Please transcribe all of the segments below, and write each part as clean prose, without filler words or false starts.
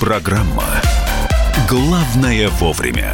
Программа «Главное вовремя».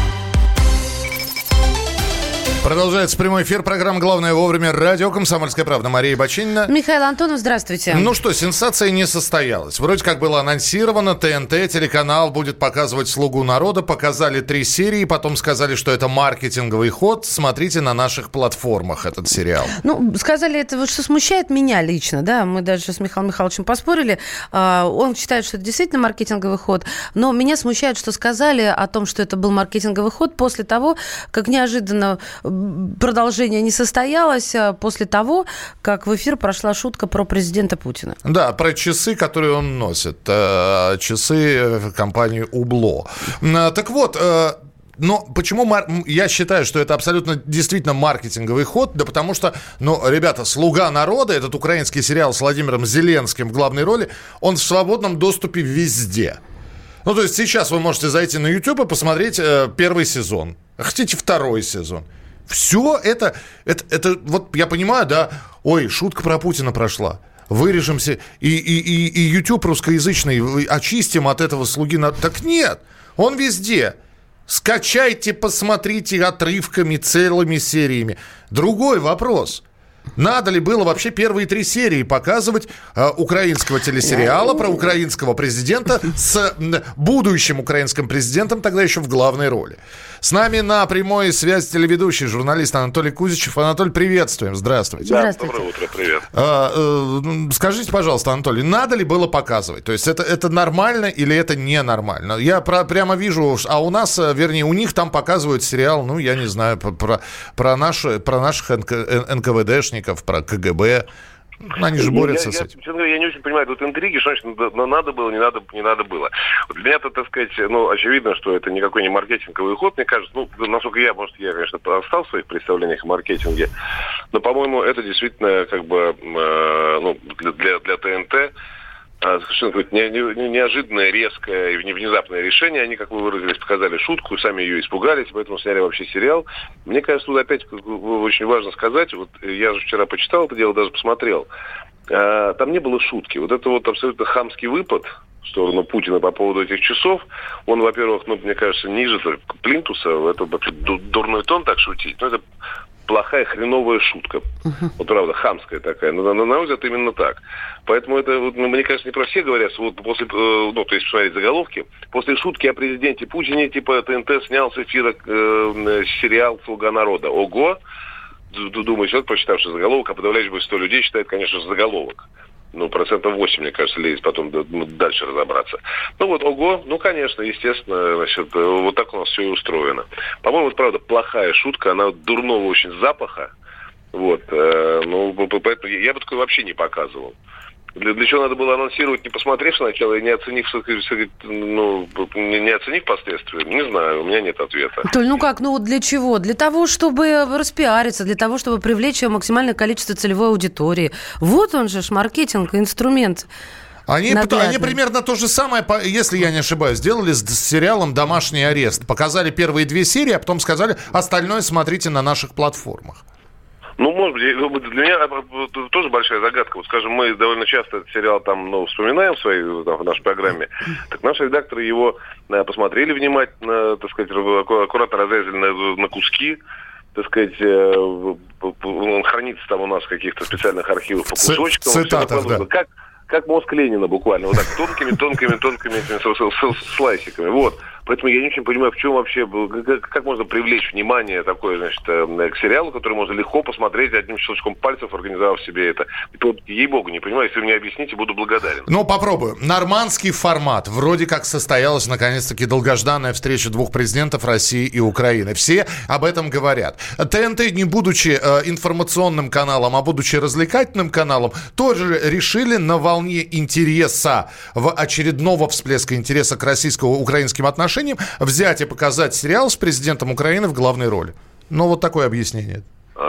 Продолжается прямой эфир программы «Главное вовремя». Радио «Комсомольская правда». Мария Бачинина. Михаил Антонов, здравствуйте. Ну что, сенсация не состоялась. Вроде как было анонсировано, ТНТ, телеканал будет показывать «Слугу народа». Показали 3 серии, потом сказали, что это маркетинговый ход. Смотрите на наших платформах этот сериал. Ну, сказали это, вот что смущает меня лично, да, мы даже с Михаилом Михайловичем поспорили. Он считает, что это действительно маркетинговый ход, но меня смущает, что сказали о том, что это был маркетинговый ход после того, как неожиданно продолжение не состоялось, после того, как в эфир прошла шутка про президента Путина. Да, про часы, которые он носит. Часы компании «Убло». Так вот... Но почему я считаю, что это абсолютно действительно маркетинговый ход? Да потому что, ребята, «Слуга народа», этот украинский сериал с Владимиром Зеленским в главной роли, он в свободном доступе везде. То есть сейчас вы можете зайти на YouTube и посмотреть первый сезон. Хотите второй сезон. Все это вот я понимаю, да, ой, шутка про Путина прошла. Вырежемся и YouTube русскоязычный очистим от этого «Слуги народа». Так нет, он везде. Скачайте, посмотрите отрывками, целыми сериями. Другой вопрос. Надо ли было вообще первые 3 серии показывать украинского телесериала про украинского президента с будущим украинским президентом, тогда еще в главной роли? С нами на прямой связи телеведущий, журналист Анатолий Кузичев. Анатолий, приветствуем. Здравствуйте. Да, доброе утро, привет. Скажите, пожалуйста, Анатолий, надо ли было показывать? То есть это нормально или это ненормально? Я прямо вижу, а у нас, вернее, у них там показывают сериал, я не знаю, про наших НКВДшников, про КГБ. Они же борются с этим. Я не очень понимаю тут интриги, что значит, надо было, не надо было. Для меня-то, так сказать, очевидно, что это никакой не маркетинговый ход, мне кажется. Насколько я, конечно, отстал в своих представлениях о маркетинге, но, по-моему, это действительно, для ТНТ совершенно какое-то неожиданное, резкое и внезапное решение. Они, как вы выразились, показали шутку, сами ее испугались, поэтому сняли вообще сериал. Мне кажется, тут опять очень важно сказать, вот я же вчера почитал это дело, даже посмотрел, там не было шутки. Вот это вот абсолютно хамский выпад в сторону Путина по поводу этих часов, он, во-первых, мне кажется, ниже плинтуса, это вообще дурной тон так шутить, но это плохая, хреновая шутка. Вот правда, хамская такая. Но на мой взгляд, именно так. Поэтому это, мне кажется, не про всех говорят, после, то есть посмотреть заголовки, после шутки о президенте Путине, типа ТНТ снял с эфира сериал «Слуга народа». Ого! Думаю, человек, прочитавший заголовок, а подавляющее большинство людей считает, конечно, заголовок. 8%, мне кажется, лезет потом дальше разобраться. Ого, конечно, естественно, значит, вот так у нас все и устроено. По-моему, это, правда, плохая шутка, она дурного очень запаха. Поэтому я бы такое вообще не показывал. Для чего надо было анонсировать, не посмотрев сначала и не оценив последствия? Не знаю, у меня нет ответа. Толь, для чего? Для того, чтобы распиариться, для того, чтобы привлечь максимальное количество целевой аудитории. Вот он же маркетинг, инструмент. Они примерно то же самое, если я не ошибаюсь, сделали с сериалом «Домашний арест». Показали первые 2 серии, а потом сказали, остальное смотрите на наших платформах. Может быть, для меня тоже большая загадка. Скажем, мы довольно часто этот сериал вспоминаем в нашей программе. Так наши редакторы его посмотрели внимательно, так сказать, аккуратно разрезали на куски. Так сказать, он хранится там у нас в каких-то специальных архивах по кусочкам. Цитатах, да. Как мозг Ленина буквально. Вот так тонкими слайсиками. Поэтому я не очень понимаю, в чем вообще, как можно привлечь внимание такое, значит, к сериалу, который можно легко посмотреть одним щелчком пальцев, организовав себе это. Ей-богу, не понимаю, если вы мне объясните, буду благодарен. Попробую. Нормандский формат. Вроде как состоялась, наконец-таки, долгожданная встреча 2 президентов России и Украины. Все об этом говорят. ТНТ, не будучи информационным каналом, а будучи развлекательным каналом, тоже решили на волне интереса, очередного всплеска интереса к российско-украинским отношениям, взять и показать сериал с президентом Украины в главной роли. Вот такое объяснение.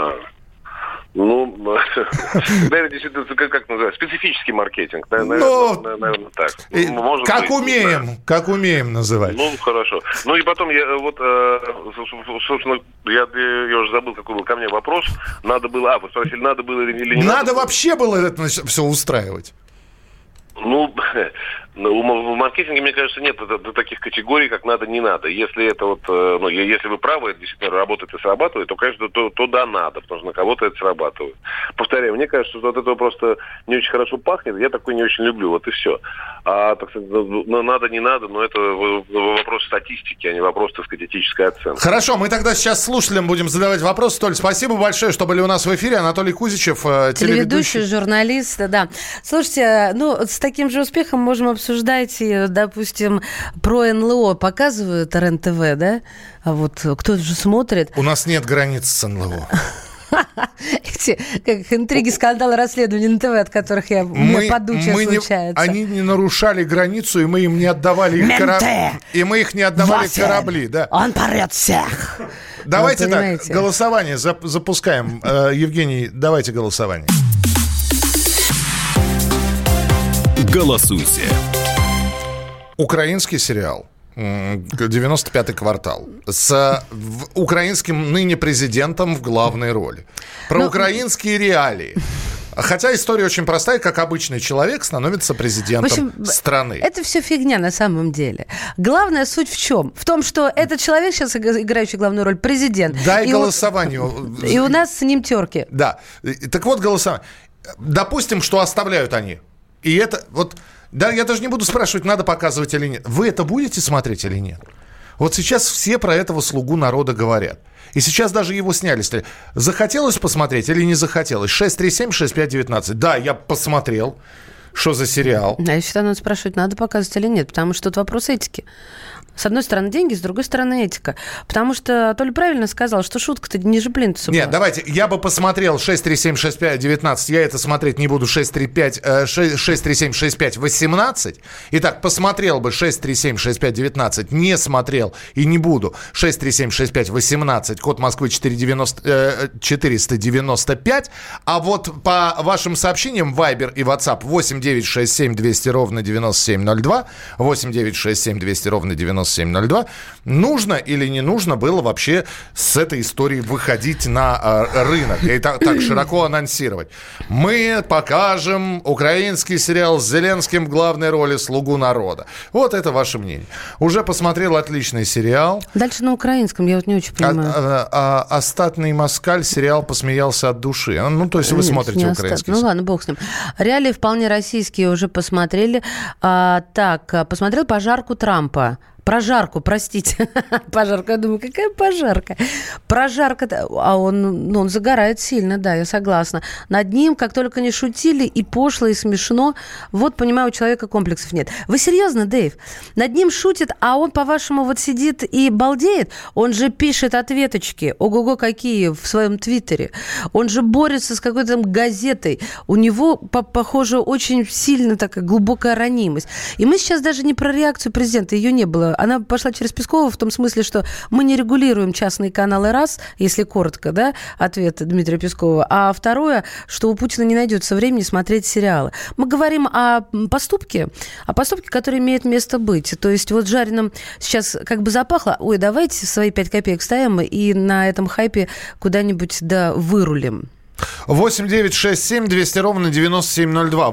Наверное, действительно, как называется, специфический маркетинг. Наверное, так. Как умеем называть. Хорошо. И потом, собственно, я уже забыл, какой был ко мне вопрос. Вы спросили, надо было или не надо? Надо вообще было это все устраивать. Ну, в маркетинге, мне кажется, нет таких категорий, как надо, не надо. Если это вот, если вы правы, это действительно работает и срабатывает, то, конечно, то да, надо, потому что на кого-то это срабатывает. Повторяю, мне кажется, что от этого просто не очень хорошо пахнет, я такой не очень люблю, вот и все. А, так сказать, надо, не надо, но это вопрос статистики, а не вопрос, так сказать, этической оценки. Хорошо, мы тогда сейчас слушателям будем задавать вопросы. Толь, спасибо большое, что были у нас в эфире. Анатолий Кузичев, телеведущий, журналист, да. Слушайте, с таким же успехом можем обсуждать, допустим, про НЛО показывают РЕН-ТВ, да? А вот кто-то же смотрит. У нас нет границ с НЛО. Эти как интриги, скандалы, расследования на ТВ, от которых мне подучие случаются. Они не нарушали границу, и мы им не отдавали их корабли. И мы их не отдавали корабли, да. Он порвет всех. Давайте так, голосование запускаем. Евгений, давайте голосование. Голосуйте. Украинский сериал «95-й квартал» с украинским ныне президентом в главной роли. Про украинские реалии. Хотя история очень простая, как обычный человек становится президентом страны. Это все фигня на самом деле. Главная суть в чем? В том, что этот человек, сейчас играющий главную роль, президент. Да, и голосование. И у нас с ним терки. Да. Так вот, голосование. Допустим, что оставляют они. И это вот... Да, я даже не буду спрашивать, надо показывать или нет. Вы это будете смотреть или нет? Вот сейчас все про этого слугу народа говорят. И сейчас даже его сняли. Захотелось посмотреть или не захотелось? 637-6519. Да, я посмотрел. Что за сериал? А я считаю, надо спрашивать, надо показывать или нет. Потому что это вопрос этики. С одной стороны деньги, с другой стороны этика. Потому что Толя правильно сказал, что шутка-то ниже плинтуса была. Нет, давайте, я бы посмотрел 637-6519, я это смотреть не буду, 637-6518. Итак, посмотрел бы 637-6519, не смотрел и не буду 637-6518, код Москвы 495. А вот по вашим сообщениям Viber и WhatsApp 8-967-200-97-02, 8-967-200-97-02. 702. Нужно или не нужно было вообще с этой историей выходить на рынок и так широко анонсировать? Мы покажем украинский сериал с Зеленским в главной роли «Слугу народа». Вот это ваше мнение. Уже посмотрел отличный сериал. Дальше на украинском, я вот не очень понимаю. «Остатный москаль» сериал посмеялся от души. Ну, то есть вы смотрите украинский сериал. Ну ладно, бог с ним. Реалии вполне российские уже посмотрели. Посмотрел «Пожарку Трампа». Прожарку, простите. Пожарка, я думаю, какая пожарка? Прожарка, а он загорает сильно, да, я согласна. Над ним, как только не шутили, и пошло, и смешно. Вот, понимаю, у человека комплексов нет. Вы серьезно, Дэйв? Над ним шутят, а он, по-вашему, вот сидит и балдеет? Он же пишет ответочки, ого-го какие, в своем твиттере. Он же борется с какой-то там газетой. У него, похоже, очень сильно такая глубокая ранимость. И мы сейчас даже не про реакцию президента, ее не было. Она пошла через Пескова в том смысле, что мы не регулируем частные каналы, раз, если коротко, да, ответ Дмитрия Пескова, а второе, что у Путина не найдется времени смотреть сериалы. Мы говорим о поступке, который имеет место быть. То есть вот Жариным сейчас как бы запахло, ой, давайте свои 5 копеек ставим и на этом хайпе куда-нибудь вырулим. 8-967-200-97-02.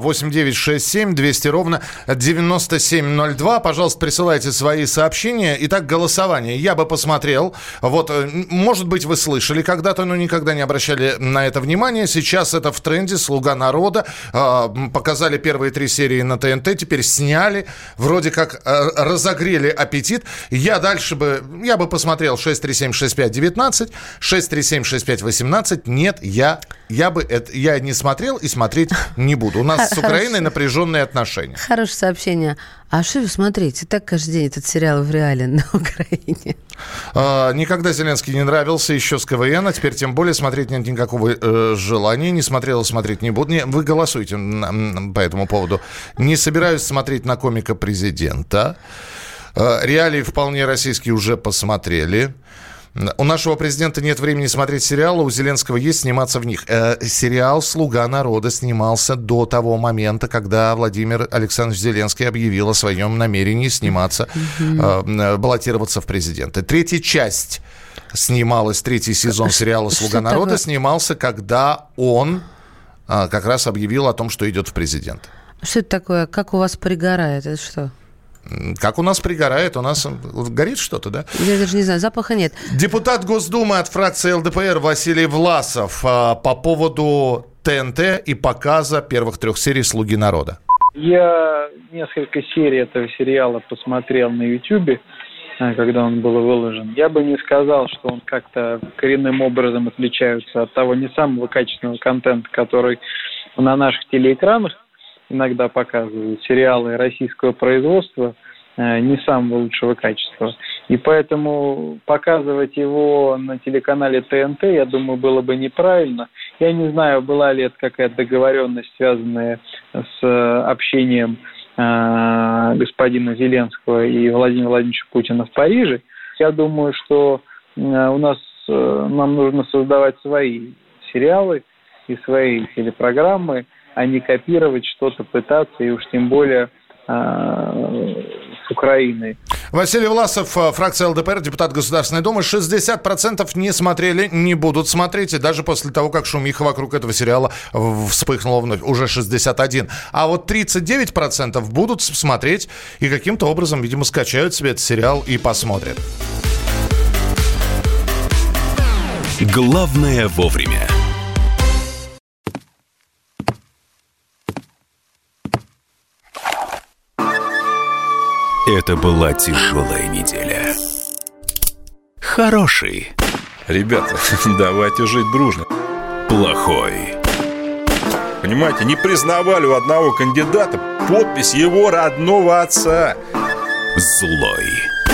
8-967-200-97-02. Пожалуйста, присылайте свои сообщения. Итак, голосование. Я бы посмотрел. Вот, может быть, вы слышали когда-то, но никогда не обращали на это внимания. Сейчас это в тренде. «Слуга народа». Показали первые 3 серии на ТНТ. Теперь сняли. Вроде как разогрели аппетит. Я бы посмотрел 637-6519, 637-6518. Нет, я не смотрел и смотреть не буду. У нас с Украиной напряженные отношения. Хорошее сообщение. А что вы смотрите? Так каждый день этот сериал в реале на Украине. Никогда Зеленский не нравился еще с КВН, а теперь тем более смотреть нет никакого желания. Не смотрел, смотреть не буду. Вы голосуйте по этому поводу. Не собираюсь смотреть на комика президента. Реалии вполне российские уже посмотрели. У нашего президента нет времени смотреть сериалы, у Зеленского есть сниматься в них. Сериал «Слуга народа» снимался до того момента, когда Владимир Александрович Зеленский объявил о своем намерении сниматься, баллотироваться в президенты. 3-я часть снималась, 3-й сезон сериала «Слуга народа» снимался, когда он как раз объявил о том, что идет в президенты. Что это такое? Как у вас пригорает? Это что? Как у нас пригорает? У нас горит что-то, да? Я даже не знаю, запаха нет. Депутат Госдумы от фракции ЛДПР Василий Власов по поводу ТНТ и показа первых 3 серий «Слуги народа». Я несколько серий этого сериала посмотрел на Ютьюбе, когда он был выложен. Я бы не сказал, что он как-то коренным образом отличается от того не самого качественного контента, который на наших телеэкранах иногда показывают. Сериалы российского производства не самого лучшего качества. И поэтому показывать его на телеканале ТНТ, я думаю, было бы неправильно. Я не знаю, была ли это какая-то договоренность, связанная с общением господина Зеленского и Владимира Владимировича Путина в Париже. Я думаю, что нам нужно создавать свои сериалы и свои телепрограммы, а не копировать что-то, пытаться, и уж тем более с Украиной. Василий Власов, фракция ЛДПР, депутат Государственной Думы. 60% не смотрели, не будут смотреть, и даже после того, как шумиха вокруг этого сериала вспыхнула вновь, уже 61%. А вот 39% будут смотреть и каким-то образом, видимо, скачают себе этот сериал и посмотрят. Главное вовремя. Это была тяжелая неделя. Хороший. Ребята, давайте жить дружно. Плохой. Понимаете, не признавали у одного кандидата подпись его родного отца. Злой.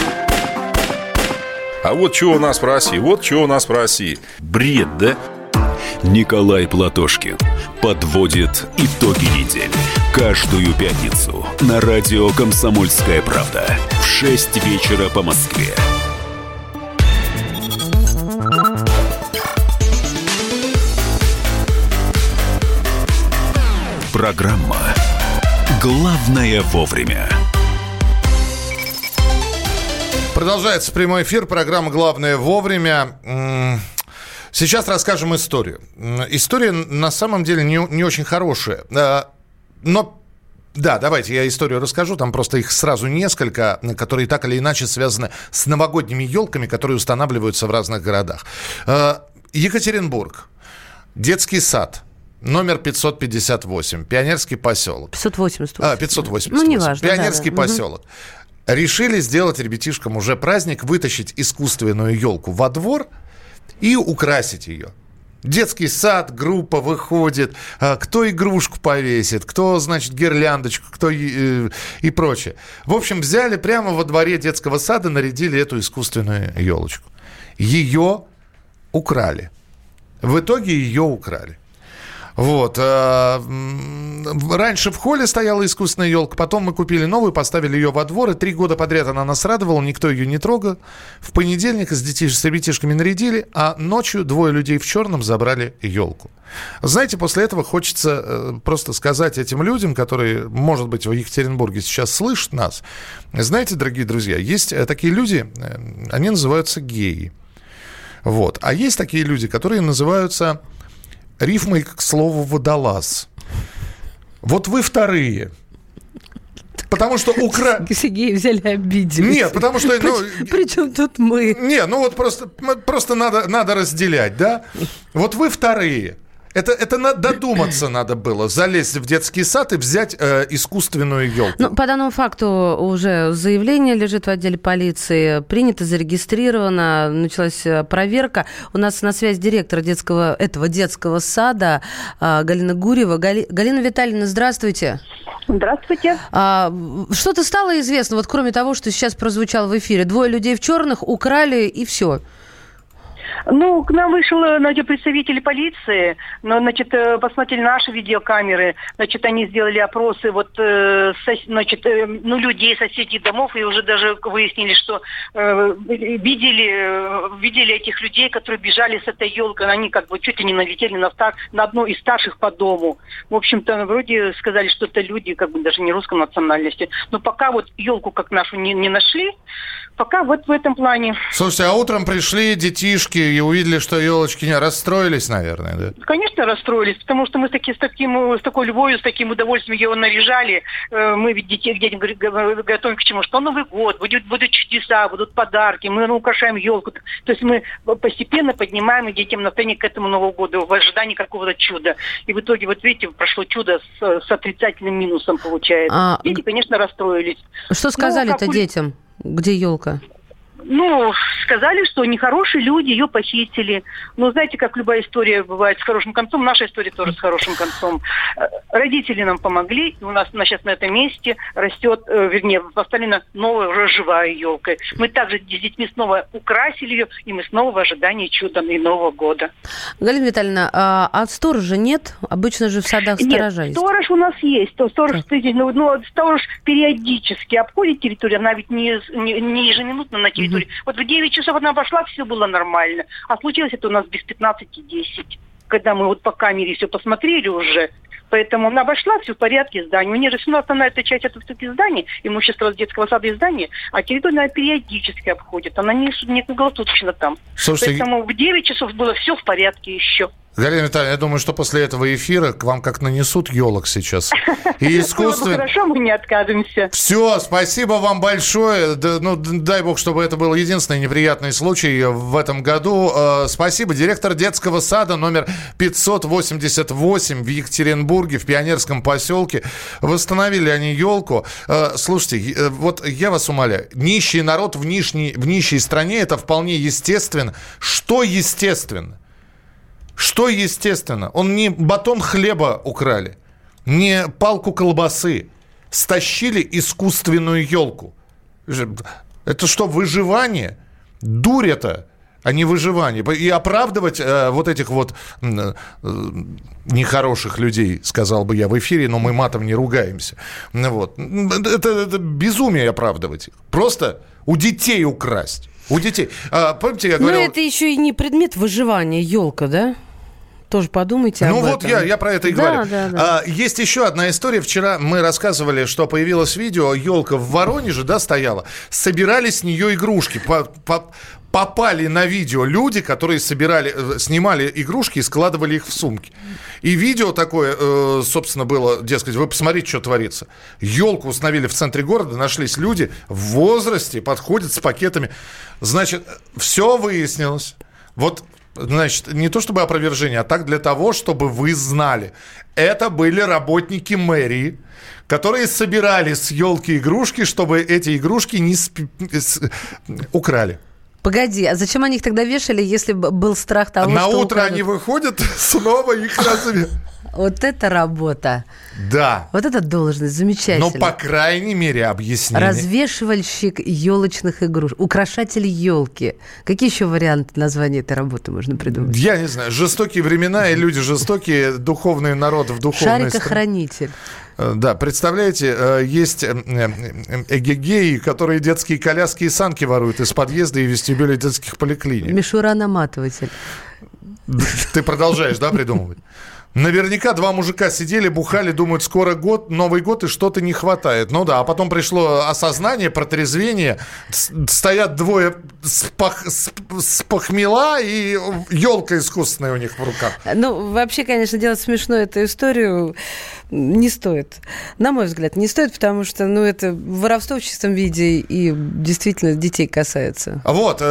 А вот что у нас в России, Бред, да? Николай Платошкин подводит итоги недели. Каждую пятницу на радио «Комсомольская правда» в 6 вечера по Москве. Программа «Главное вовремя». Продолжается прямой эфир, программа «Главное вовремя». Сейчас расскажем историю. История на самом деле не очень хорошая. Но, да, давайте я историю расскажу. Там просто их сразу несколько, которые так или иначе связаны с новогодними елками, которые устанавливаются в разных городах. Екатеринбург. Детский сад. Номер 558. Пионерский поселок. 588. 588. Ну, неважно. Пионерский да. поселок. Решили сделать ребятишкам уже праздник, вытащить искусственную елку во двор и украсить ее. Детский сад, группа выходит, кто игрушку повесит, кто, значит, гирляндочку, кто и прочее. В общем, взяли прямо во дворе детского сада, нарядили эту искусственную елочку. Ее украли. В итоге ее украли. Вот. Раньше в холле стояла искусственная елка, потом мы купили новую, поставили ее во двор, и 3 года подряд она нас радовала, никто ее не трогал. В понедельник с ребятишками нарядили, а ночью 2 людей в черном забрали елку. Знаете, после этого хочется просто сказать этим людям, которые, может быть, в Екатеринбурге сейчас слышат нас. Знаете, дорогие друзья, есть такие люди, они называются геи. Вот. А есть такие люди, которые называются... рифмой к слову «водолаз». Вот вы вторые. Потому что Сергея взяли, обидели. Нет, потому что... Причем тут мы? Не, ну вот просто надо разделять, да? Вот вы вторые. Это додуматься надо было, залезть в детский сад и взять искусственную елку. Ну, по данному факту уже заявление лежит в отделе полиции, принято, зарегистрировано, началась проверка. У нас на связи директор этого детского сада Галина Гурьева. Галина Витальевна, здравствуйте. Здравствуйте. Что-то стало известно, вот кроме того, что сейчас прозвучало в эфире? 2 людей в черных украли и все. Ну, к нам вышел, представители полиции, но, посмотрели наши видеокамеры, они сделали опросы, людей, соседей домов, и уже даже выяснили, что видели этих людей, которые бежали с этой елкой, они чуть ли не налетели на одну из старших по дому. В общем-то, вроде сказали, что это люди, даже не русской национальности. Но пока елку как нашу не нашли, пока вот в этом плане. Слушайте, а утром пришли детишки и увидели, что елочки не расстроились, наверное, да? Конечно, расстроились, потому что мы с такой любовью, с таким удовольствием его наряжали. Мы ведь детей готовим к чему? Что Новый год, будут чудеса, будут подарки, мы украшаем елку. То есть мы постепенно поднимаем и детям настроение к этому Новому году в ожидании какого-то чуда. И в итоге, вот видите, прошло чудо с отрицательным минусом, получается. Дети, конечно, расстроились. Что сказали-то детям? Где елка? Сказали, что нехорошие люди ее похитили. Но знаете, как любая история бывает с хорошим концом, наша история тоже с хорошим концом. Родители нам помогли, и у нас сейчас на этом месте растет, поставлена новая уже живая елка. Мы также с детьми снова украсили ее, и мы снова в ожидании чуда и Нового года. Галина Витальевна, а сторожа нет? Обычно же в садах сторожа есть. Сторож у нас есть. Сторож периодически обходит территорию, она ведь не ежеминутно на территории. Вот в 9 часов она пошла, все было нормально. А случилось это у нас без 15:10. Когда мы вот по камере все посмотрели уже. Поэтому она обошла, все в порядке, здание. У нее же основная эта часть, это все-таки здание, имущество детского сада и здания, а территория она периодически обходит. Она не круглосуточно там. Слушайте, поэтому в 9 часов было все в порядке еще. Галина Витальевна, я думаю, что после этого эфира к вам как нанесут елок сейчас. И искусственно... Хорошо, мы не отказываемся. Все, спасибо вам большое. Дай бог, чтобы это был единственный неприятный случай в этом году. Спасибо. Директор детского сада номер 588 в Екатеринбурге, в Пионерском поселке. Восстановили они елку. Слушайте, вот я вас умоляю. Нищий народ в нищей стране, это вполне естественно. Что естественно? Что естественно? Он не батон хлеба украли, не палку колбасы. Стащили искусственную елку. Это что, выживание? Дурь это, а не выживание. И оправдывать вот этих вот нехороших людей, сказал бы я в эфире, но мы матом не ругаемся. Вот. Это безумие оправдывать их. Просто у детей украсть. У детей. Помните, я говорил... Но это еще и не предмет выживания, елка, да? Тоже подумайте об этом. Ну вот я про это и говорю. Да. Есть еще одна история. Вчера мы рассказывали, что появилось видео, елка в Воронеже, да, стояла. Собирали с нее игрушки. Попали на видео люди, которые снимали игрушки и складывали их в сумки. И видео такое, собственно, было, дескать, вы посмотрите, что творится. Елку установили в центре города, нашлись люди в возрасте, подходят с пакетами. Значит, все выяснилось. Вот, значит, не то чтобы опровержение, а так для того, чтобы вы знали. Это были работники мэрии, которые собирали с елки игрушки, чтобы эти игрушки не украли. Погоди, а зачем они их тогда вешали, если был страх того, на что утро украдут? Они выходят, снова их разве... Вот это работа. Да. Вот это должность, замечательно. Но, по крайней мере, объяснение. Развешивальщик елочных игрушек, украшатель елки. Какие еще варианты названия этой работы можно придумать? Я не знаю. Жестокие времена и люди жестокие, духовный народ в духовной Шарикохранитель. Да, представляете, есть эгегеи, которые детские коляски и санки воруют из подъезда и вестибюля детских поликлиник. Мишура-наматыватель. Ты продолжаешь, да, придумывать? Наверняка два мужика сидели, бухали, думают, скоро Новый год и что-то не хватает. Ну да, а потом пришло осознание, протрезвение. Стоят двое с похмела и елка искусственная у них в руках. Ну, вообще, конечно, делать смешно эту историю не стоит. На мой взгляд, не стоит, потому что, это воровство в чистом виде и действительно детей касается. Вот,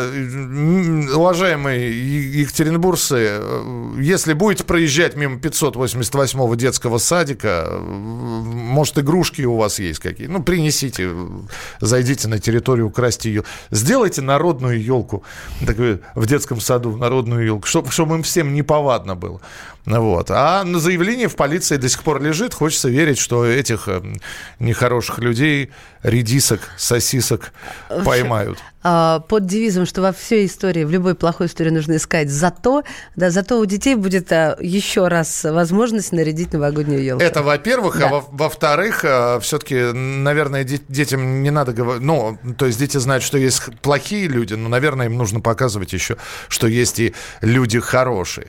уважаемые екатеринбуржцы, если будете проезжать мимо 588-го детского садика, может, игрушки у вас есть какие? Принесите, зайдите на территорию, украсьте ее. Сделайте народную елку, такую, в детском саду, народную елку, чтобы им всем неповадно было. Вот. А на заявление в полиции до сих пор лежит. Хочется верить, что этих нехороших людей, редисок, сосисок поймают. Под девизом, что во всей истории, в любой плохой истории нужно искать зато у детей будет еще раз возможность нарядить новогоднюю елку. Это во-первых, да. А во-вторых, все-таки, наверное, детям не надо говорить, то есть дети знают, что есть плохие люди, но, наверное, им нужно показывать еще, что есть и люди хорошие.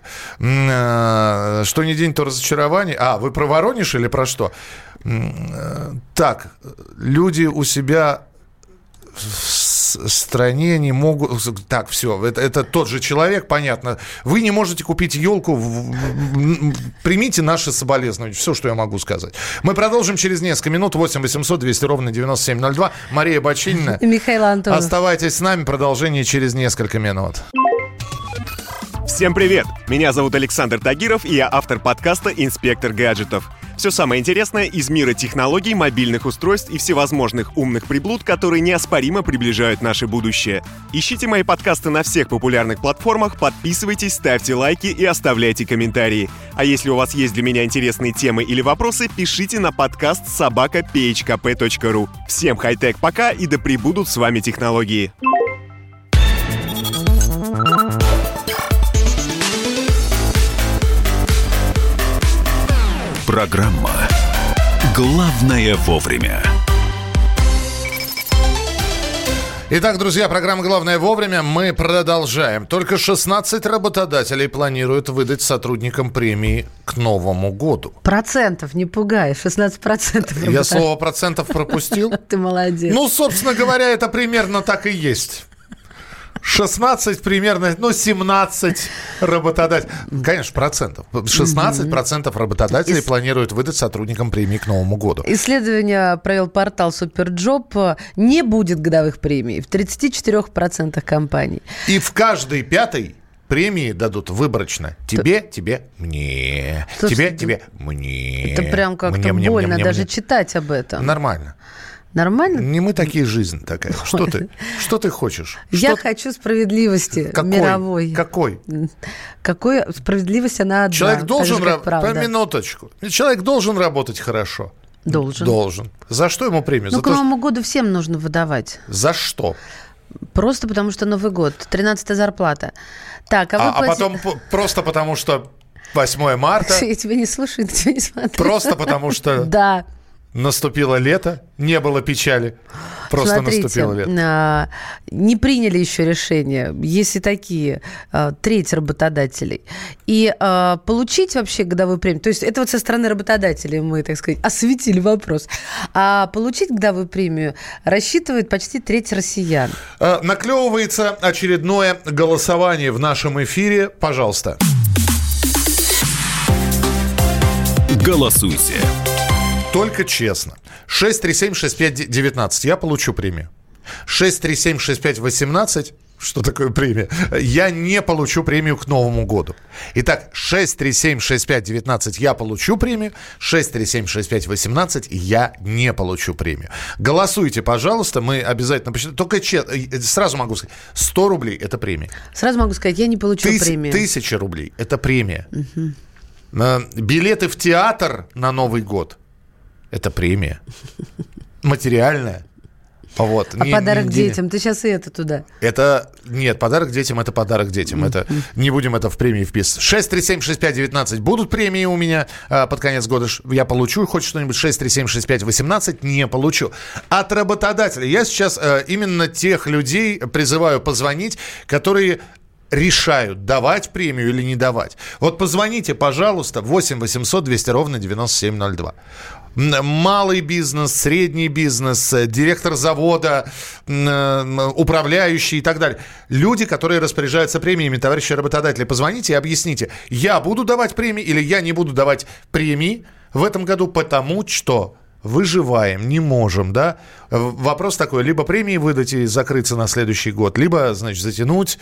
Что ни день, то разочарование. Вы про Воронеж или про что? Так, люди у себя стране не могут... Так, все, это тот же человек, понятно. Вы не можете купить елку, примите наши соболезнования. Все, что я могу сказать. Мы продолжим через несколько минут. 8 800 200 ровно 9702. Мария Бочинина. И Михаил Антонов. Оставайтесь с нами. Продолжение через несколько минут. Всем привет! Меня зовут Александр Тагиров, и я автор подкаста «Инспектор гаджетов». Все самое интересное из мира технологий, мобильных устройств и всевозможных умных приблуд, которые неоспоримо приближают наше будущее. Ищите мои подкасты на всех популярных платформах, подписывайтесь, ставьте лайки и оставляйте комментарии. А если у вас есть для меня интересные темы или вопросы, пишите на подкаст @phkp.ru. Всем хай-тек пока, и да пребудут с вами технологии. Программа «Главное вовремя». Итак, друзья, программа «Главное вовремя». Мы продолжаем. Только 16 работодателей планируют выдать сотрудникам премии к Новому году. Процентов, не пугай, 16%. Я слово «процентов» пропустил? Ты молодец. Ну, собственно говоря, это примерно так и есть. 16 примерно, 17 работодателей. Конечно, процентов. 16% работодателей планируют выдать сотрудникам премии к Новому году. Исследование провел портал Суперджоп. Не будет годовых премий в 34% компаний. И в каждой пятой премии дадут выборочно. Тебе, мне. Слушай, тебе, мне. Это прям как-то больно даже читать об этом. Нормально. Нормально? Не мы такие, жизнь такая. Что ты хочешь? Я хочу справедливости мировой. Какой справедливость она одна? Человек должен работать. Минуточку. Человек должен работать хорошо. Должен. За что ему премию? К Новому году всем нужно выдавать. За что? Просто потому, что Новый год, 13-я зарплата. Так, потом просто потому, что 8 марта. Я тебя не слушаю, на тебя не смотрю. Просто потому, что... Да. Наступило лето, не было печали, просто наступило лето. Не приняли еще решение, есть и такие, треть работодателей. И получить вообще годовую премию, то есть это вот со стороны работодателей мы, так сказать, осветили вопрос. А получить годовую премию рассчитывает почти треть россиян. Наклевывается очередное голосование в нашем эфире. Пожалуйста. Голосуйте. Только честно. 6376519. Я получу премию. 6376518. Что такое премия? Я не получу премию к Новому году. Итак, 6376519. Я получу премию. 6376518. Я не получу премию. Голосуйте, пожалуйста. Мы обязательно посчитаем. Только сразу могу сказать. 100 рублей – это премия. Сразу могу сказать, я не получу премию. 1000 рублей – это премия. Билеты в театр на Новый год – это премия. Материальная. Вот. Подарок детям? Ты сейчас и это туда. Нет, подарок детям – это подарок детям. Не будем это в премии вписывать. 6376519. Будут премии у меня под конец года. Я получу хоть что-нибудь. 6376518 не получу. От работодателя. Я сейчас именно тех людей призываю позвонить, которые решают, давать премию или не давать. Вот позвоните, пожалуйста, 8 800 200 ровно 9702. Малый бизнес, средний бизнес, директор завода, управляющий и так далее. Люди, которые распоряжаются премиями, товарищи работодатели, позвоните и объясните, я буду давать премии или я не буду давать премии в этом году, потому что выживаем, не можем, да? Вопрос такой, либо премии выдать и закрыться на следующий год, либо, значит, затянуть.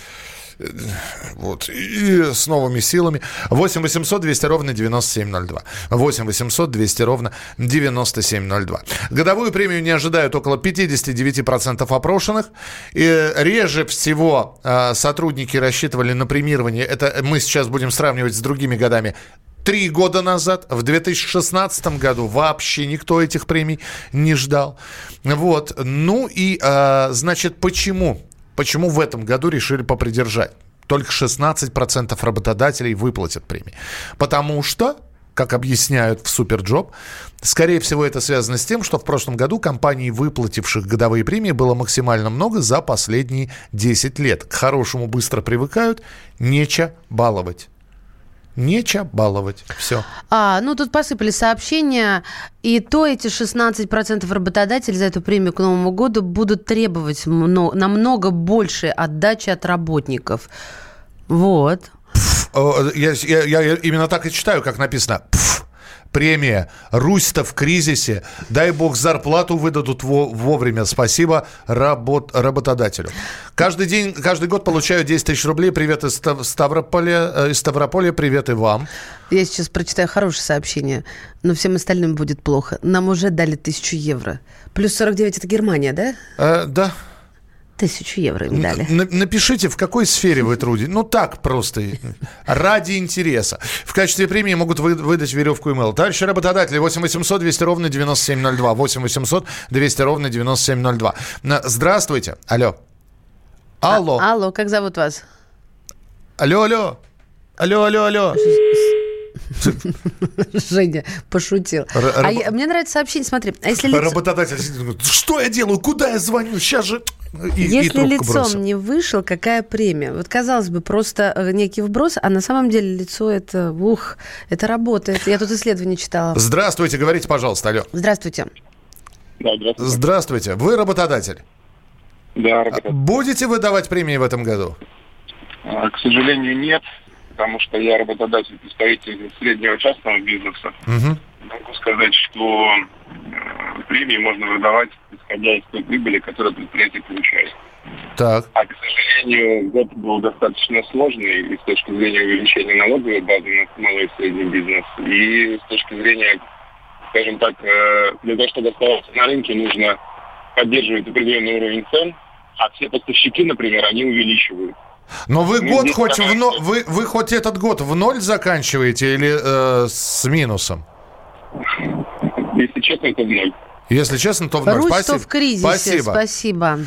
Вот, и с новыми силами. 8 800 200 ровно 9702. 8 800 200 ровно 9702. Годовую премию не ожидают около 59% опрошенных. И реже всего сотрудники рассчитывали на премирование. Это мы сейчас будем сравнивать с другими годами. 3 года назад, в 2016 году, вообще никто этих премий не ждал. Вот. Ну и, значит, почему? Почему в этом году решили попридержать? Только 16% работодателей выплатят премии. Потому что, как объясняют в Суперджоп, скорее всего, это связано с тем, что в прошлом году компаний, выплативших годовые премии, было максимально много за последние 10 лет. К хорошему быстро привыкают, нечего баловать. Нечего баловать. Все. Тут посыпались сообщения. И то эти 16% работодателей за эту премию к Новому году будут требовать намного больше отдачи от работников. Вот. Я именно так и читаю, как написано. Премия. Русь-то в кризисе. Дай бог зарплату выдадут вовремя. Спасибо работодателю. Каждый год получаю 10 тысяч рублей. Привет из Ставрополя. Привет и вам. Я сейчас прочитаю хорошее сообщение, но всем остальным будет плохо. Нам уже дали 1000 евро. Плюс 49 – это Германия, да? Да. 1000 евро им дали. Напишите, в какой сфере вы трудитесь. Так просто. Ради интереса. В качестве премии могут выдать веревку и мыло. Товарищи работодатели, 8 800 200 ровно 9702. 8 800 200 ровно 9702. Здравствуйте. Алло. Алло, как зовут вас? Алло. Женя пошутил. Мне нравится сообщение, смотри. Работодатель сидит, что я делаю, куда я звоню, сейчас же... Если лицом не вышел, какая премия? Вот, казалось бы, просто некий вброс, а на самом деле лицо это работает. Я тут исследование читала. Здравствуйте, говорите, пожалуйста, алло. Здравствуйте. Да, здравствуйте. Здравствуйте. Вы работодатель? Да, работодатель. Будете вы давать премии в этом году? К сожалению, нет, потому что я работодатель, представитель среднего частного бизнеса. Угу. Могу сказать, что премии можно выдавать, исходя из той прибыли, которую предприятие получает. Так. А, к сожалению, год был достаточно сложный и с точки зрения увеличения налоговой базы на малый и средний бизнес, и с точки зрения, скажем так, для того, чтобы оставаться на рынке, нужно поддерживать определенный уровень цен, а все поставщики, например, они увеличивают. Но вы год хоть вы хоть этот год в ноль заканчиваете или с минусом? Если честно, это в ноль. Если честно, то в ноль. Русь, Спасибо. то в кризисе. Спасибо.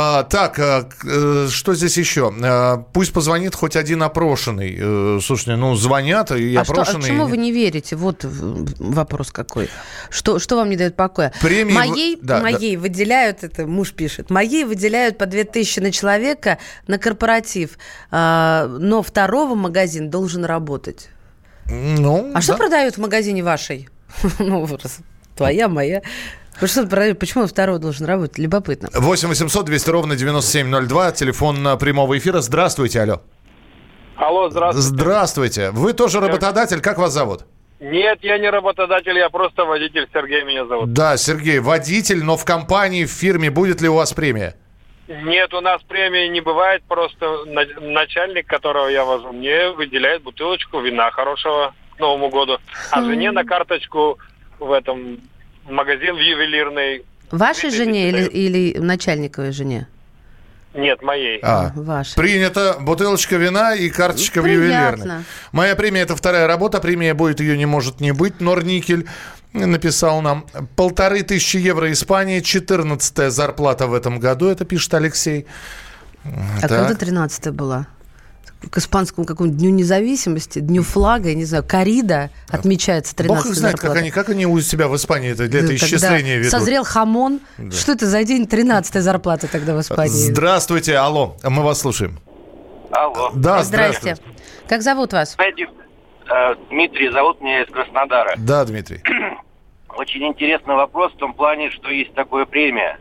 Что здесь еще? Пусть позвонит хоть один опрошенный. Слушайте, звонят и опрошенные... Почему вы не верите? Вот вопрос какой. Что вам не дает покоя? Моей выделяют, это муж пишет, моей выделяют по 2000 на человека на корпоратив, но второго магазин должен работать. Что продают в магазине вашей? Твоя, моя... Почему второй должен работать? Любопытно. 8 800 200 ровно 9702. Телефон прямого эфира. Здравствуйте, алло. Алло, здравствуйте. Здравствуйте. Вы тоже работодатель? Как вас зовут? Нет, я не работодатель, я просто водитель. Сергей меня зовут. Да, Сергей, водитель, но в компании, в фирме будет ли у вас премия? Нет, у нас премии не бывает. Просто начальник, которого я вожу, мне выделяет бутылочку вина хорошего к Новому году. А жене на карточку в магазин в ювелирный. Вашей жене или начальниковой жене? Нет, моей. Вашей. Принято. Бутылочка вина и карточка в ювелирной. Моя премия – это вторая работа. Премия будет, ее не может не быть. Норникель написал нам. 1500 евро Испания. 14-я зарплата в этом году. Это пишет Алексей. Когда 13-я была? К испанскому какому-нибудь Дню независимости, Дню флага, я не знаю, коррида отмечается 13-я Бог их знает, зарплата. как они у себя в Испании для этого исчисления ведут. Созрел хамон. Да. Что это за день 13-я зарплата тогда в Испании? Здравствуйте, алло, мы вас слушаем. Алло. Да, здрасте. Как зовут вас? Дмитрий, зовут меня из Краснодара. Да, Дмитрий. Очень интересный вопрос в том плане, что есть такая премия.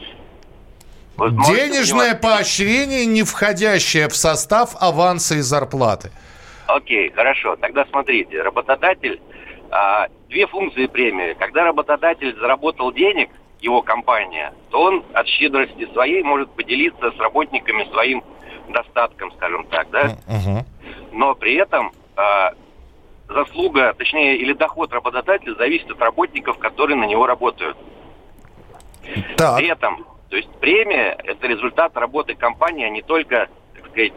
Денежное поощрение, не входящее в состав аванса и зарплаты. Окей, хорошо. Тогда смотрите, работодатель, две функции премии. Когда работодатель заработал денег, его компания, то он от щедрости своей может поделиться с работниками своим достатком, скажем так, да? Но при этом заслуга, точнее, или доход работодателя зависит от работников, которые на него работают. Так. При этом, то есть премия – это результат работы компании, а не только, так сказать...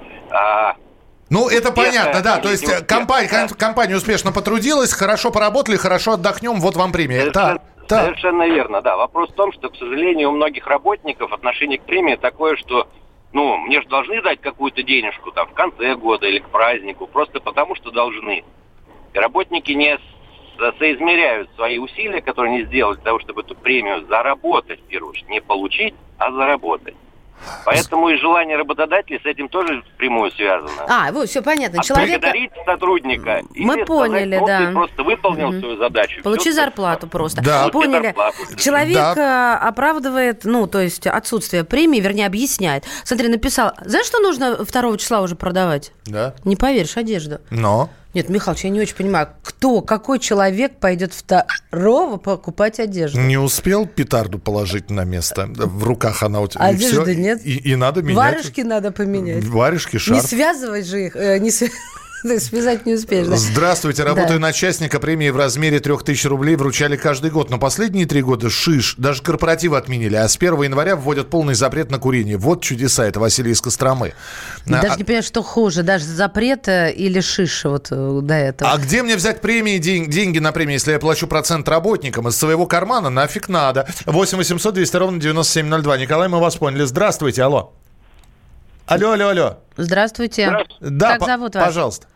это понятно, да. То есть компания успешно потрудилась, хорошо поработали, хорошо отдохнем, вот вам премия. Совершенно верно, да. Вопрос в том, что, к сожалению, у многих работников отношение к премии такое, что, мне же должны дать какую-то денежку в конце года или к празднику, просто потому, что должны. И работники не соизмеряют свои усилия, которые они сделали для того, чтобы эту премию заработать, в первую очередь, не получить, а заработать. Поэтому и желание работодателей с этим тоже впрямую связано. Вот, все понятно. Человек... Благодарить сотрудника. Мы поняли, сказать, да. ты просто выполнил свою задачу. Получи зарплату просто. Да. Поняли. Человек оправдывает, то есть отсутствие премии, вернее, объясняет. Смотри, написал, знаешь, что нужно 2 числа уже продавать? Да. Не поверишь, одежду. Но... Нет, Михалыч, я не очень понимаю, какой человек пойдет 2 покупать одежду? Не успел петарду положить на место? В руках она у тебя. Одежды нет. И надо менять. Варежки надо поменять. Варежки, шарф. Не связывать же их, связать не успеешь. Да? Здравствуйте, работаю начальника, премии в размере 3000 рублей вручали каждый год. Но последние 3 года даже корпоративы отменили. А с 1 января вводят полный запрет на курение. Вот чудеса, это Василий из Костромы. Даже не понимаю, что хуже, даже запрет или шиш вот до этого. А где мне взять премии, деньги на премии, если я плачу процент работникам? Из своего кармана нафиг надо. 8 800 200 ровно 9702. Николай, мы вас поняли. Здравствуйте, алло. Алло. Здравствуйте. Да, как зовут вас? Пожалуйста.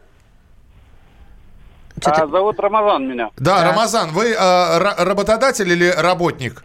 Зовут Рамазан меня. Да, Рамазан, вы работодатель или работник?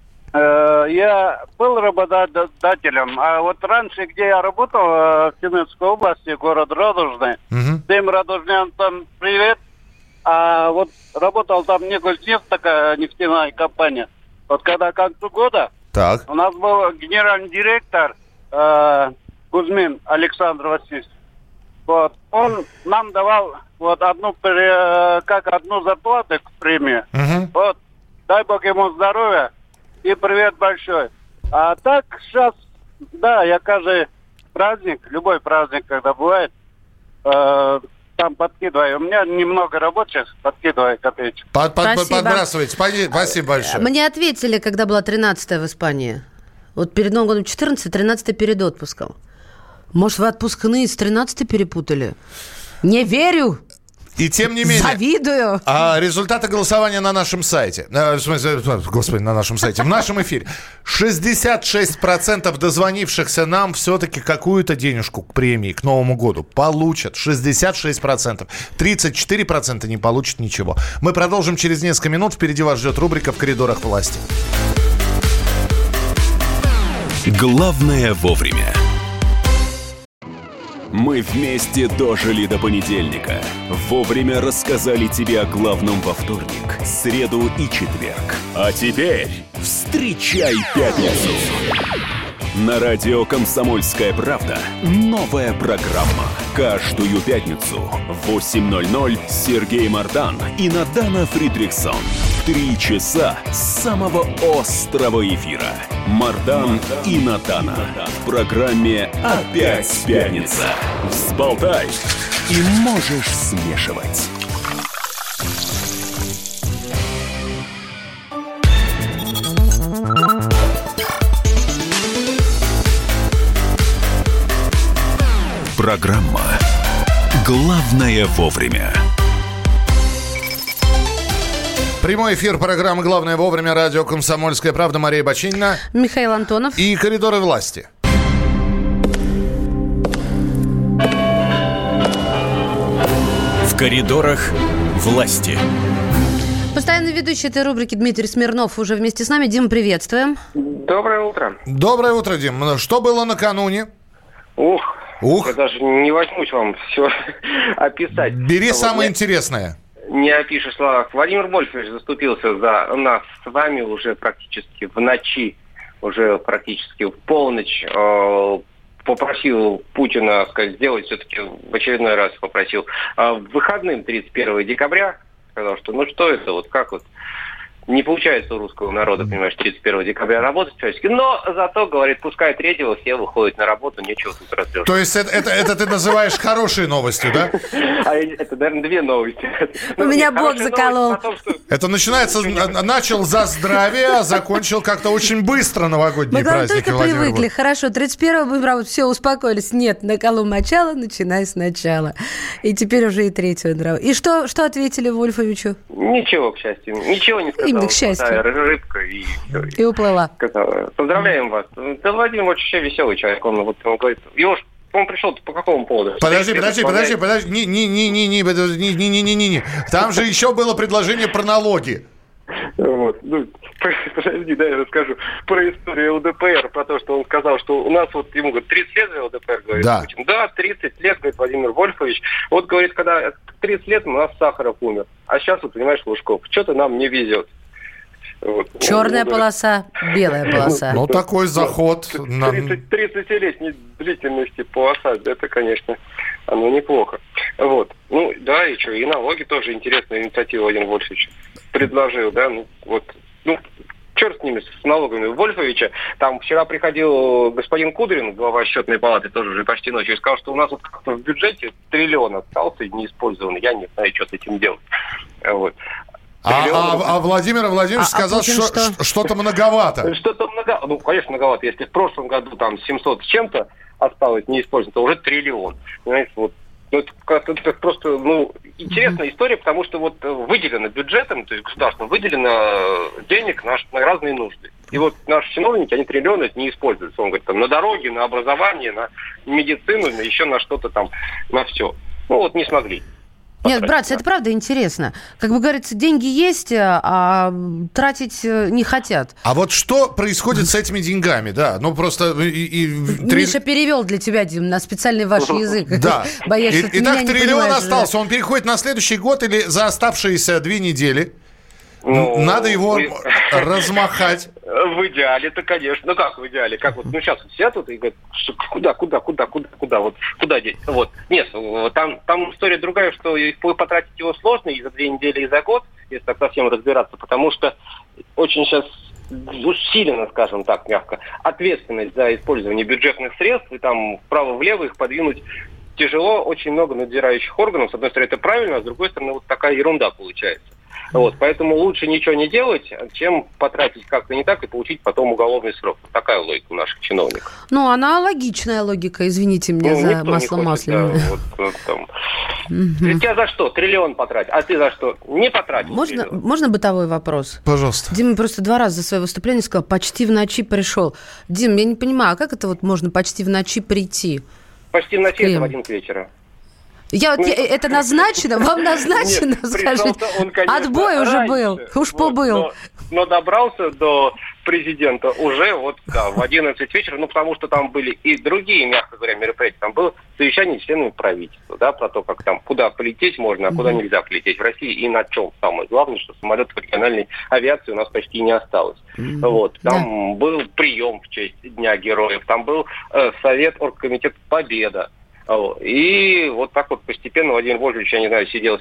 Я был работодателем, а вот раньше, где я работал, в Тюменской области, город Радужный, всем радужням там привет, а вот работал там Негольснефть, такая нефтяная компания. Вот когда к концу года у нас был генеральный директор Кузьмин Александр Васильевич. Вот. Он нам давал одну зарплату к премии. Вот. Дай бог ему здоровья и привет большой. А так сейчас, я каждый праздник, любой праздник, когда бывает, там подкидываю. У меня немного рабочих, подкидываю копеечку. Подбрасывайте. Спасибо большое. Мне ответили, когда была 13-я в Испании. Вот перед Новым годом 14, 13 перед отпуском. Может, вы отпускные с 13 перепутали? Не верю. И тем не менее... Завидую. Результаты голосования на нашем сайте. В нашем эфире. 66% дозвонившихся нам все-таки какую-то денежку к премии, к Новому году получат. 66%. 34% не получат ничего. Мы продолжим через несколько минут. Впереди вас ждет рубрика «В коридорах власти». Главное вовремя. Мы вместе дожили до понедельника. Вовремя рассказали тебе о главном во вторник, среду и четверг. А теперь встречай пятницу. На радио «Комсомольская правда» новая программа. Каждую пятницу в 8:00 Сергей Мардан и Надана Фридрихсон. 3 часа самого острого эфира. Мардан и Надана. В программе «Опять пятница». Взболтай и можешь смешивать. Программа «Главное вовремя». Прямой эфир программы «Главное вовремя», радио «Комсомольская правда», Мария Бачинина. Михаил Антонов. И «Коридоры власти». В коридорах власти. Постоянный ведущий этой рубрики Дмитрий Смирнов уже вместе с нами. Дим, приветствуем. Доброе утро. Доброе утро, Дим. Что было накануне? Я даже не возьмусь вам все описать. Бери самое интересное. Не опишешь в словах. Владимир Вольфович заступился за нас с вами уже практически в ночи, уже практически в полночь. Попросил Путина, сделать все-таки в очередной раз попросил выходным 31 декабря. Сказал, что что это, как не получается у русского народа, понимаешь, 31 декабря работать всячески. Но зато, говорит, пускай 3-го все выходят на работу, нечего тут разлеживать. То есть это ты называешь хорошей новостью, да? Это, наверное, 2 новости. У меня Бог заколол. Это начал за здравие, а закончил как-то очень быстро новогодние праздники. Мы только привыкли. Хорошо, 31-го будем работать. Все, успокоились. Нет, наколол начало, начинай сначала. И теперь уже и 3-го. И что ответили Вольфовичу? Ничего, к счастью. Ничего не сказал. Именно к счастью. Рыбка и уплыла. Поздравляем вас. Да, Владимир вообще веселый человек. Он говорит, он пришел по какому поводу? Подожди. Не. Там же еще было предложение про налоги. Вот. Ну, подожди, да, я расскажу про историю ЛДПР, про то, что он сказал, что у нас вот ему говорят, 30 лет же ЛДПР, говорит да. Путин. Да, 30 лет, говорит Владимир Вольфович. Вот, говорит, когда 30 лет у нас Сахаров умер. А сейчас, вот, понимаешь, Лужков, что-то нам не везет. Вот. Черная полоса, белая полоса. Ну, такой заход. 30-летней длительности полоса, это, конечно, оно неплохо. Вот. Ну, да, и что, и налоги тоже интересная инициатива Владимир Вольфович предложил, да, ну, вот, ну, черт с ними, с налогами Вольфовича. Там вчера приходил господин Кудрин, глава счетной палаты, тоже уже почти ночью, и сказал, что у нас вот как-то в бюджете 1 триллион остался неиспользованный. Я не знаю, что с этим делать. Вот. А Владимир Владимирович сказал, что что-то многовато. Что-то многовато. Ну, конечно, многовато. Если в прошлом году там 700 с чем-то осталось неиспользовано, то уже 1 триллион. Понимаете, вот. Ну, это просто, ну, интересная история, потому что вот выделено бюджетом, то есть государством выделено денег на разные нужды. И вот наши чиновники, они триллионы не используют. Он говорит, там, на дороги, на образование, на медицину, еще на что-то там, на все. Ну, вот не смогли. Нет, братцы, это правда интересно. Как бы говорится, деньги есть, а тратить не хотят. А вот что происходит с этими деньгами, да? Ну, просто... Миша перевел для тебя, Дим, на специальный ваш язык. Да. Боясь, Итак, 1 триллион остался. Он переходит на следующий год или за оставшиеся 2 недели? Ну, надо его размахать. В идеале-то, конечно. Ну, как в идеале? Как вот, ну, сейчас сидят тут и говорят, что куда, вот, куда деть? Вот. Нет, там история другая, что потратить его сложно и за 2 недели, и за год, если так совсем разбираться, потому что очень сейчас усилена, скажем так, мягко, ответственность за использование бюджетных средств, и там вправо-влево их подвинуть тяжело, очень много надзирающих органов. С одной стороны, это правильно, а с другой стороны, вот такая ерунда получается. Вот, поэтому лучше ничего не делать, чем потратить как-то не так и получить потом уголовный срок. Вот такая логика у наших чиновников. Ну, она логичная логика, извините меня за масло масляное. Да, вот, там. Я за что? 1 триллион потратить, а ты за что? Не потратишь. Можно бытовой вопрос? Пожалуйста. Дима просто 2 раза за свое выступление сказал, почти в ночи пришел. Дим, я не понимаю, а как это вот можно почти в ночи прийти? Почти в ночи это в 11 вечера. Это назначено? Вам назначено, нет, скажите? Он, конечно, отбой уже раньше, был, уж побыл. Но добрался до президента уже вот, да, в 11 вечера, ну, потому что там были и другие, мягко говоря, мероприятия. Там было совещание с членами правительства, да, про то, как там, куда полететь можно, а куда нельзя полететь в России и на чем. Самое главное, что самолетов региональной авиации у нас почти не осталось. Вот. Там был прием в честь Дня Героев, там был совет Оргкомитета «Победа». И вот так вот постепенно Владимир Вольфович, я не знаю, сидел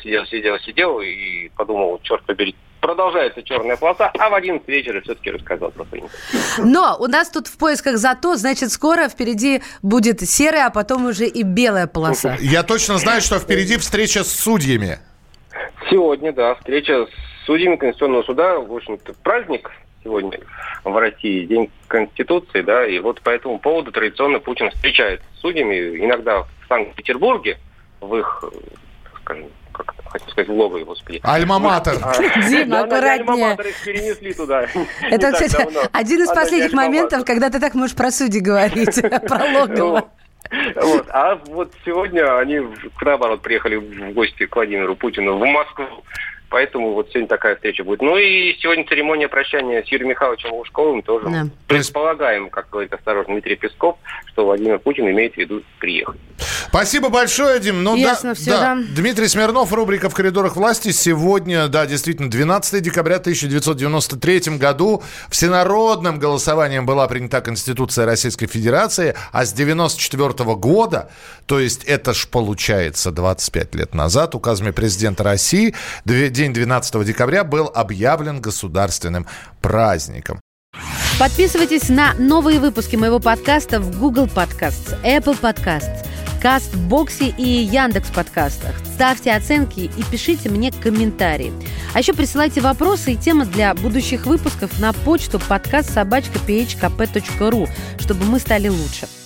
и подумал, вот, черт побери, продолжается черная полоса, а в 11 вечера все-таки рассказал про принято. Но у нас тут в поисках «зато», значит, скоро впереди будет серая, а потом уже и белая полоса. Я точно знаю, что впереди встреча с судьями. Сегодня, да, встреча с судьями Конституционного суда, в общем-то, праздник сегодня в России, День Конституции, да, и вот по этому поводу традиционно Путин встречается с судьями, иногда в Санкт-Петербурге, в их, скажем, как это, хотел сказать, в логове, господи. Альма-матер. Дима, аккуратнее. Альма-матер их перенесли туда. Это, кстати, один из последних моментов, когда ты так можешь про судей говорить, про логово. Вот. А вот сегодня они, наоборот, приехали в гости к Владимиру Путину в Москву. Поэтому вот сегодня такая встреча будет. Ну и сегодня церемония прощания с Юрием Михайловичем Лужковым тоже. Да. Предполагаем, как говорит осторожно Дмитрий Песков, что Владимир Путин имеет в виду приехать. Спасибо большое, Дим. Ну, ясно все, да. Дмитрий Смирнов, рубрика «В коридорах власти». Сегодня, да, действительно, 12 декабря 1993 году всенародным голосованием была принята Конституция Российской Федерации, а с 1994 года, то есть это ж получается 25 лет назад, указами президента России, день 12 декабря был объявлен государственным праздником. Подписывайтесь на новые выпуски моего подкаста в Google Podcasts, Apple Podcasts, Кастбоксе и Яндекс.Подкастах. Ставьте оценки и пишите мне комментарии. А еще присылайте вопросы и темы для будущих выпусков на почту podcast@phkp.ru, чтобы мы стали лучше.